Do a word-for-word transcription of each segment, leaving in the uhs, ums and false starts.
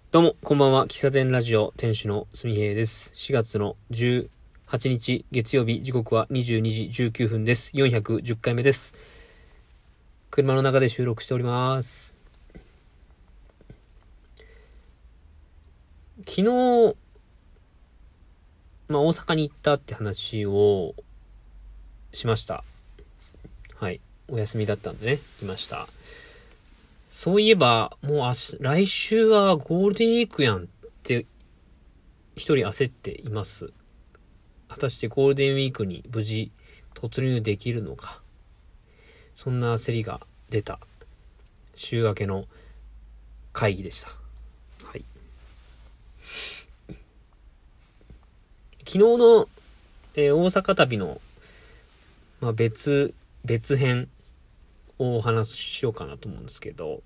どうも、こんばんは。喫茶店ラジオ店主のすみへいです。しがつのじゅうはちにち月曜日、時刻はにじゅうにじじゅうきゅうふんです。よんひゃくじゅっかいめです。車の中で収録しております。昨日、まあ大阪に行ったって話をしました。はい。お休みだったんでね、来ました。そういえば、もう明日、来週はゴールデンウィークやんって一人焦っています。果たしてゴールデンウィークに無事突入できるのか。そんな焦りが出た週明けの会議でした。はい。昨日の、えー、大阪旅の、まあ、別、別編をお話ししようかなと思うんですけど、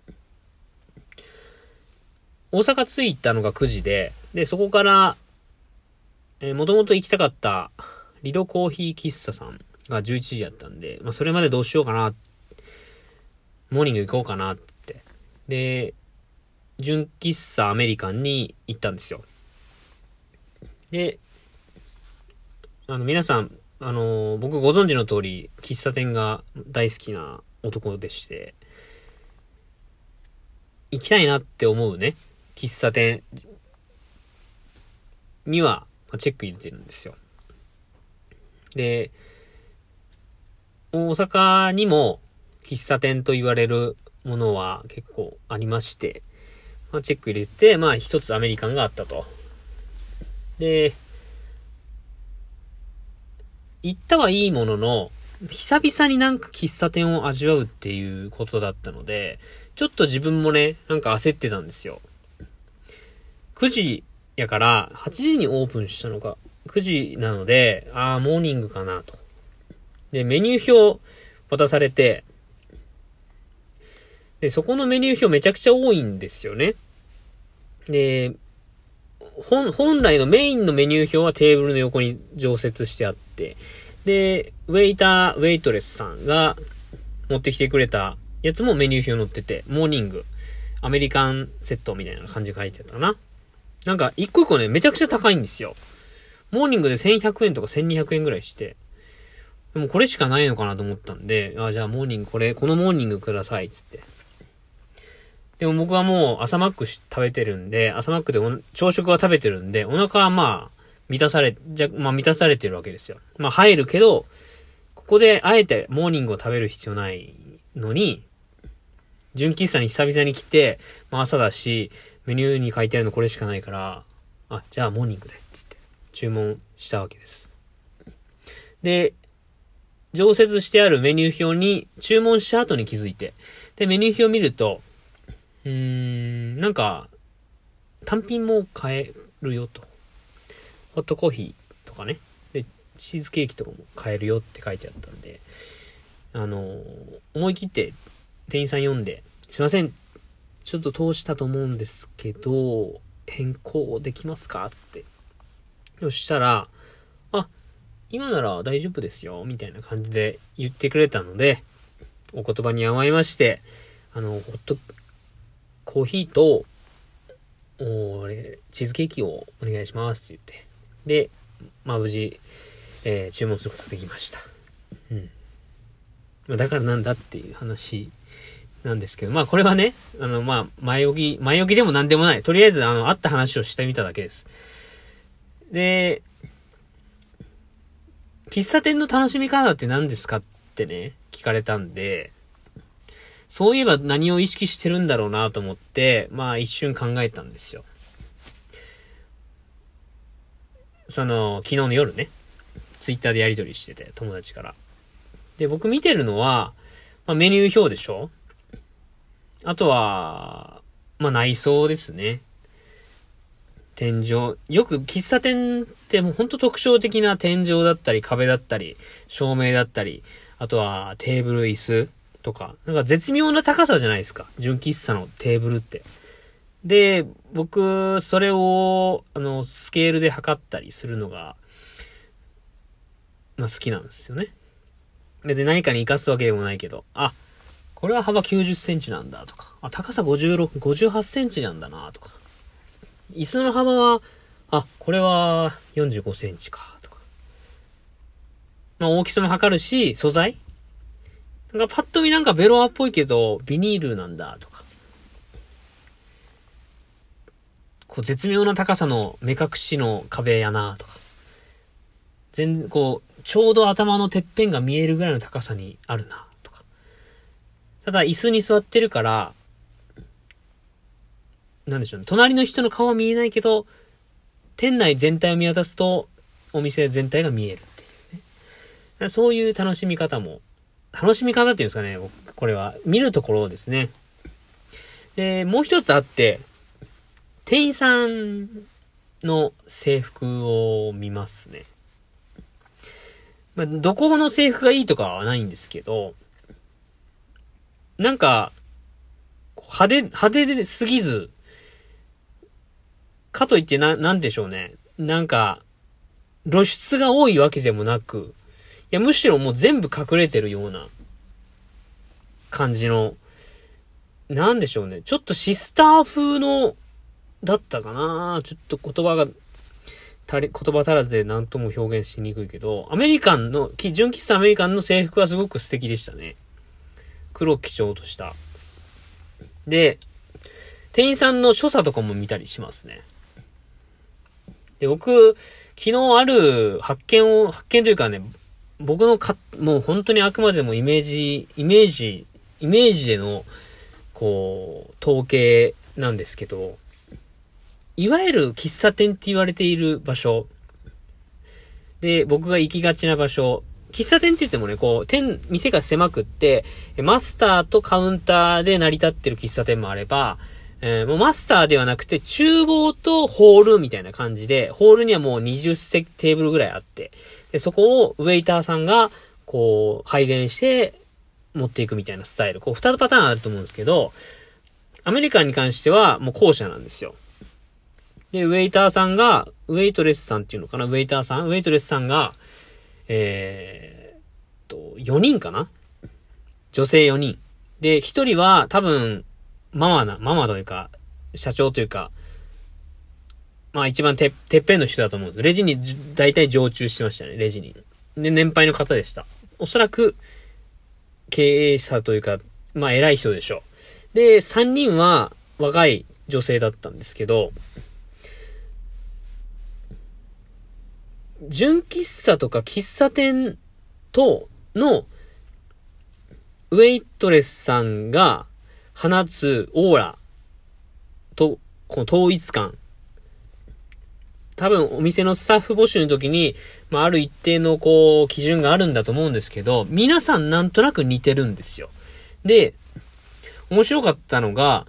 大阪着いたのがくじで、で、そこから、えー、もともと行きたかったリドコーヒー喫茶さんがじゅういちじだったんで、まあ、それまでどうしようかな、モーニング行こうかなって。で、純喫茶アメリカンに行ったんですよ。で、あの、皆さん、あのー、僕ご存知の通り、喫茶店が大好きな男でして、行きたいなって思うね、喫茶店にはチェック入れてるんですよ。で、大阪にも喫茶店と言われるものは結構ありまして、まあ、チェック入れて、まあ一つアメリカンがあったと。で、行ったはいいものの、久々になんか喫茶店を味わうっていうことだったので、ちょっと自分もね、なんか焦ってたんですよ。くじやからはちじにオープンしたのか、くじなので、ああ、モーニングかなと。で、メニュー表渡されて、で、そこのメニュー表めちゃくちゃ多いんですよね。で、本、本来のメインのメニュー表はテーブルの横に常設してあって、で、ウェイター、ウェイトレスさんが持ってきてくれたやつもメニュー表載ってて、モーニング、アメリカンセットみたいな感じで書いてあったかな。なんか、一個一個ね、めちゃくちゃ高いんですよ。モーニングでせんひゃくえんとかせんにひゃくえんぐらいして、でもこれしかないのかなと思ったんで、あ、じゃあモーニングこれ、このモーニングください、つって。でも僕はもう朝マック食べてるんで、朝マックで朝食は食べてるんで、お腹はまあ、満たされ、じゃ、まあ満たされてるわけですよ。まあ入るけど、ここであえてモーニングを食べる必要ないのに、純喫茶に久々に来て、まあ朝だし、メニューに書いてあるのこれしかないから、あ、じゃあモーニングで、つって注文したわけです。で、常設してあるメニュー表に注文した後に気づいて、で、メニュー表を見ると、うーん、なんか、単品も買えるよと。ホットコーヒーとかね。で、チーズケーキとかも買えるよって書いてあったんで、あの、思い切って店員さん読んで、すいません、ちょっと通したと思うんですけど、変更できますかつって。そしたら、あ、今なら大丈夫ですよ、みたいな感じで言ってくれたので、お言葉に甘えまして、あの、ホットコーヒーと、おチーズケーキをお願いしますって言って。で、まあ無事、えー、注文することができました。うん。まあ、だからなんだっていう話なんですけど、まあこれはね、あの、まあ前置き、前置きでもなんでもない。とりあえず、あの、あった話をしてみただけです。で、喫茶店の楽しみ方って何ですかってね、聞かれたんで、そういえば何を意識してるんだろうなと思って、まあ一瞬考えたんですよ。その、昨日の夜ね、ツイッターでやり取りしてて、友達から。で、僕見てるのは、まあ、メニュー表でしょ？あとは、まあ内装ですね。天井。よく喫茶店ってもうほんと特徴的な天井だったり壁だったり照明だったり、あとはテーブル椅子とか、なんか絶妙な高さじゃないですか。純喫茶のテーブルって。で、僕、それを、あの、スケールで測ったりするのが、まあ好きなんですよね。別に何かに活かすわけでもないけど、あ、これは幅きゅうじゅっセンチなんだとか、あ、高さごじゅうろく、ごじゅうはちセンチなんだなとか、 椅子の幅は、あ、これはよんじゅうごセンチか、とか。まあ大きさも測るし、素材なんかパッと見なんかベロアっぽいけど、ビニールなんだ、とか。こう絶妙な高さの目隠しの壁やな、とか。全、こう、ちょうど頭のてっぺんが見えるぐらいの高さにあるな、とか。ただ椅子に座ってるから、なんでしょうね。隣の人の顔は見えないけど、店内全体を見渡すと、お店全体が見えるっていうね。そういう楽しみ方も、楽しみ方っていうんですかね、これは。見るところですね。で、もう一つあって、店員さんの制服を見ますね。まあ、どこの制服がいいとかはないんですけど、なんか、派手、派手ですぎず、かといってな、なんでしょうね。なんか、露出が多いわけでもなく、いや、むしろもう全部隠れてるような感じの、なんでしょうね。ちょっとシスター風の、だったかな。ちょっと言葉が、足り、言葉足らずで何とも表現しにくいけど、アメリカンの、純喫茶アメリカンの制服はすごく素敵でしたね。黒基調とした。で、店員さんの所作とかも見たりしますね。で、僕、昨日ある発見を、発見というかね、僕のか、もう本当にあくまでもイメージ、イメージ、イメージでの、こう、統計なんですけど、いわゆる喫茶店って言われている場所。で、僕が行きがちな場所。喫茶店って言ってもね、こう、店、店が狭くって、マスターとカウンターで成り立ってる喫茶店もあれば、えー、もうマスターではなくて、厨房とホールみたいな感じで、ホールにはもうにじゅう席テーブルぐらいあって、でそこをウェイターさんが、こう、配膳して持っていくみたいなスタイル。こう、二パターンあると思うんですけど、アメリカンに関しては、もう後者なんですよ。で、ウェイターさんが、ウェイトレスさんっていうのかな、ウェイターさんウェイトレスさんが、えー、っと、よにんかな女性よにん。で、ひとりは多分、ママな、ママというか、社長というか、まあ一番て、てっぺんの人だと思うんです。レジに大体常駐してましたね、レジに。で、年配の方でした。おそらく、経営者というか、まあ偉い人でしょう。で、さんにんは若い女性だったんですけど、純喫茶とか喫茶店とのウェイトレスさんが放つオーラとこの統一感。多分お店のスタッフ募集の時に、まあある一定のこう基準があるんだと思うんですけど、皆さんなんとなく似てるんですよ。で、面白かったのが、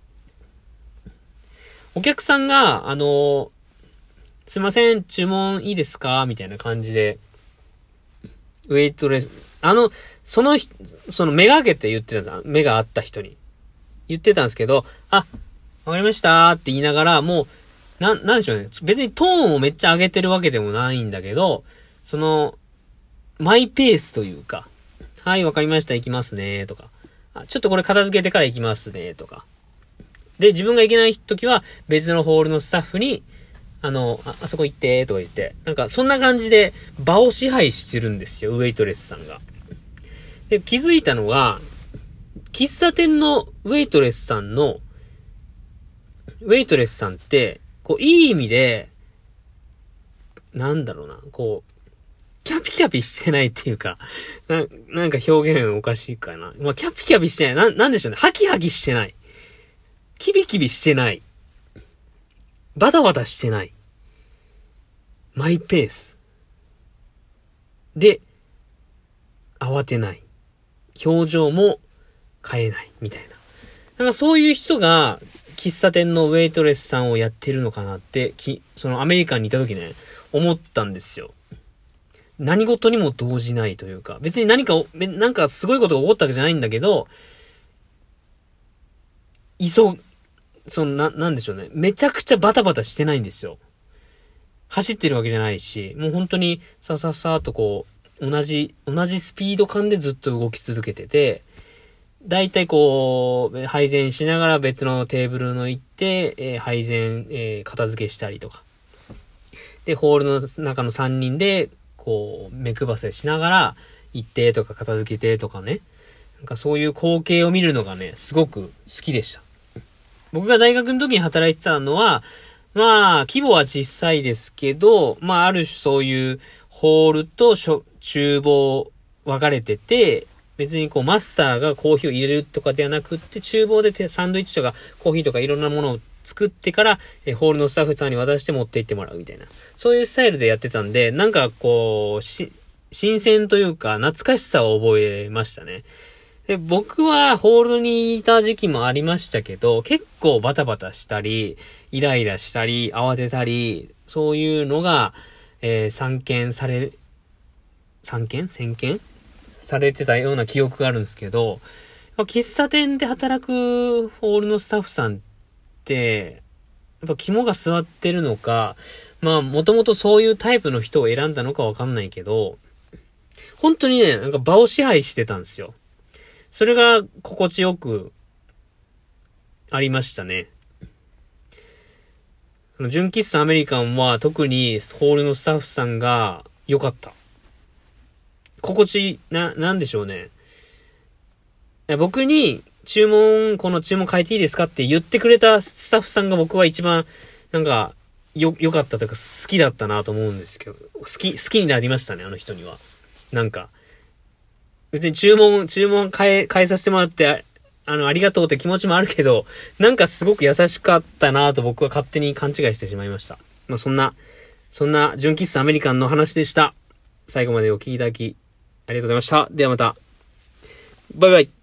お客さんが、あの、すいません、注文いいですかみたいな感じで、ウェイトレス、あの、その、その目がけて言ってた、目があった人に言ってたんですけど、あ、わかりましたって言いながら、もう、な、なんでしょうね。別にトーンをめっちゃ上げてるわけでもないんだけど、その、マイペースというか、はい、わかりました、行きますね、とか、あ、ちょっとこれ片付けてから行きますね、とか。で、自分が行けない時は、別のホールのスタッフに、あの、あ、あそこ行って、とか言って。なんか、そんな感じで場を支配してるんですよ、ウェイトレスさんが。で、気づいたのが、喫茶店のウェイトレスさんの、ウェイトレスさんって、こう、いい意味で、なんだろうな、こう、キャピキャピしてないっていうか、な、なんか表現おかしいかな。まあ、キャピキャピしてない。な、なんでしょうね。ハキハキしてない。キビキビしてない。バタバタしてない。マイペース。で、慌てない。表情も変えない。みたいな。なんかそういう人が、喫茶店のウェイトレスさんをやってるのかなって、き、そのアメリカにいた時ね、思ったんですよ。何事にも動じないというか、別に何か、なんかすごいことが起こったわけじゃないんだけど、急、そのな、なんでしょうね。めちゃくちゃバタバタしてないんですよ。走ってるわけじゃないし、もう本当にさささーっとこう、同じ、同じスピード感でずっと動き続けてて、 だいたいこう、配膳しながら別のテーブルの行って、えー、配膳、えー、片付けしたりとか。で、ホールの中のさんにんで、こう、目配せしながら、行ってとか片付けてとかね。なんかそういう光景を見るのがね、すごく好きでした。僕が大学の時に働いてたのは、まあ、規模は小さいですけど、まあ、ある種そういうホールと厨房分かれてて、別にこうマスターがコーヒーを入れるとかではなくって、厨房でサンドイッチとかコーヒーとかいろんなものを作ってから、えホールのスタッフさんに渡して持って行ってもらうみたいな。そういうスタイルでやってたんで、なんかこう、し、新鮮というか懐かしさを覚えましたね。で、僕はホールにいた時期もありましたけど、結構バタバタしたり、イライラしたり、慌てたり、そういうのが、えー、散見され、散見先見されてたような記憶があるんですけど、喫茶店で働くホールのスタッフさんって、やっぱ肝が据わってるのか、まあもともとそういうタイプの人を選んだのかわかんないけど、本当にね、なんか場を支配してたんですよ。それが心地よくありましたね。その純喫茶アメリカンは特にホールのスタッフさんが良かった。心地、な、なんでしょうね。僕に注文、この注文変えていいですかって言ってくれたスタッフさんが僕は一番、なんか、よ、良かったというか好きだったなと思うんですけど、好き、好きになりましたね、あの人には。なんか、別に注文、注文変え、変えさせてもらって、あの、ありがとうって気持ちもあるけど、なんかすごく優しかったなと僕は勝手に勘違いしてしまいました。まあ、そんな、そんな純喫茶アメリカンの話でした。最後までお聞きいただき、ありがとうございました。ではまた。バイバイ。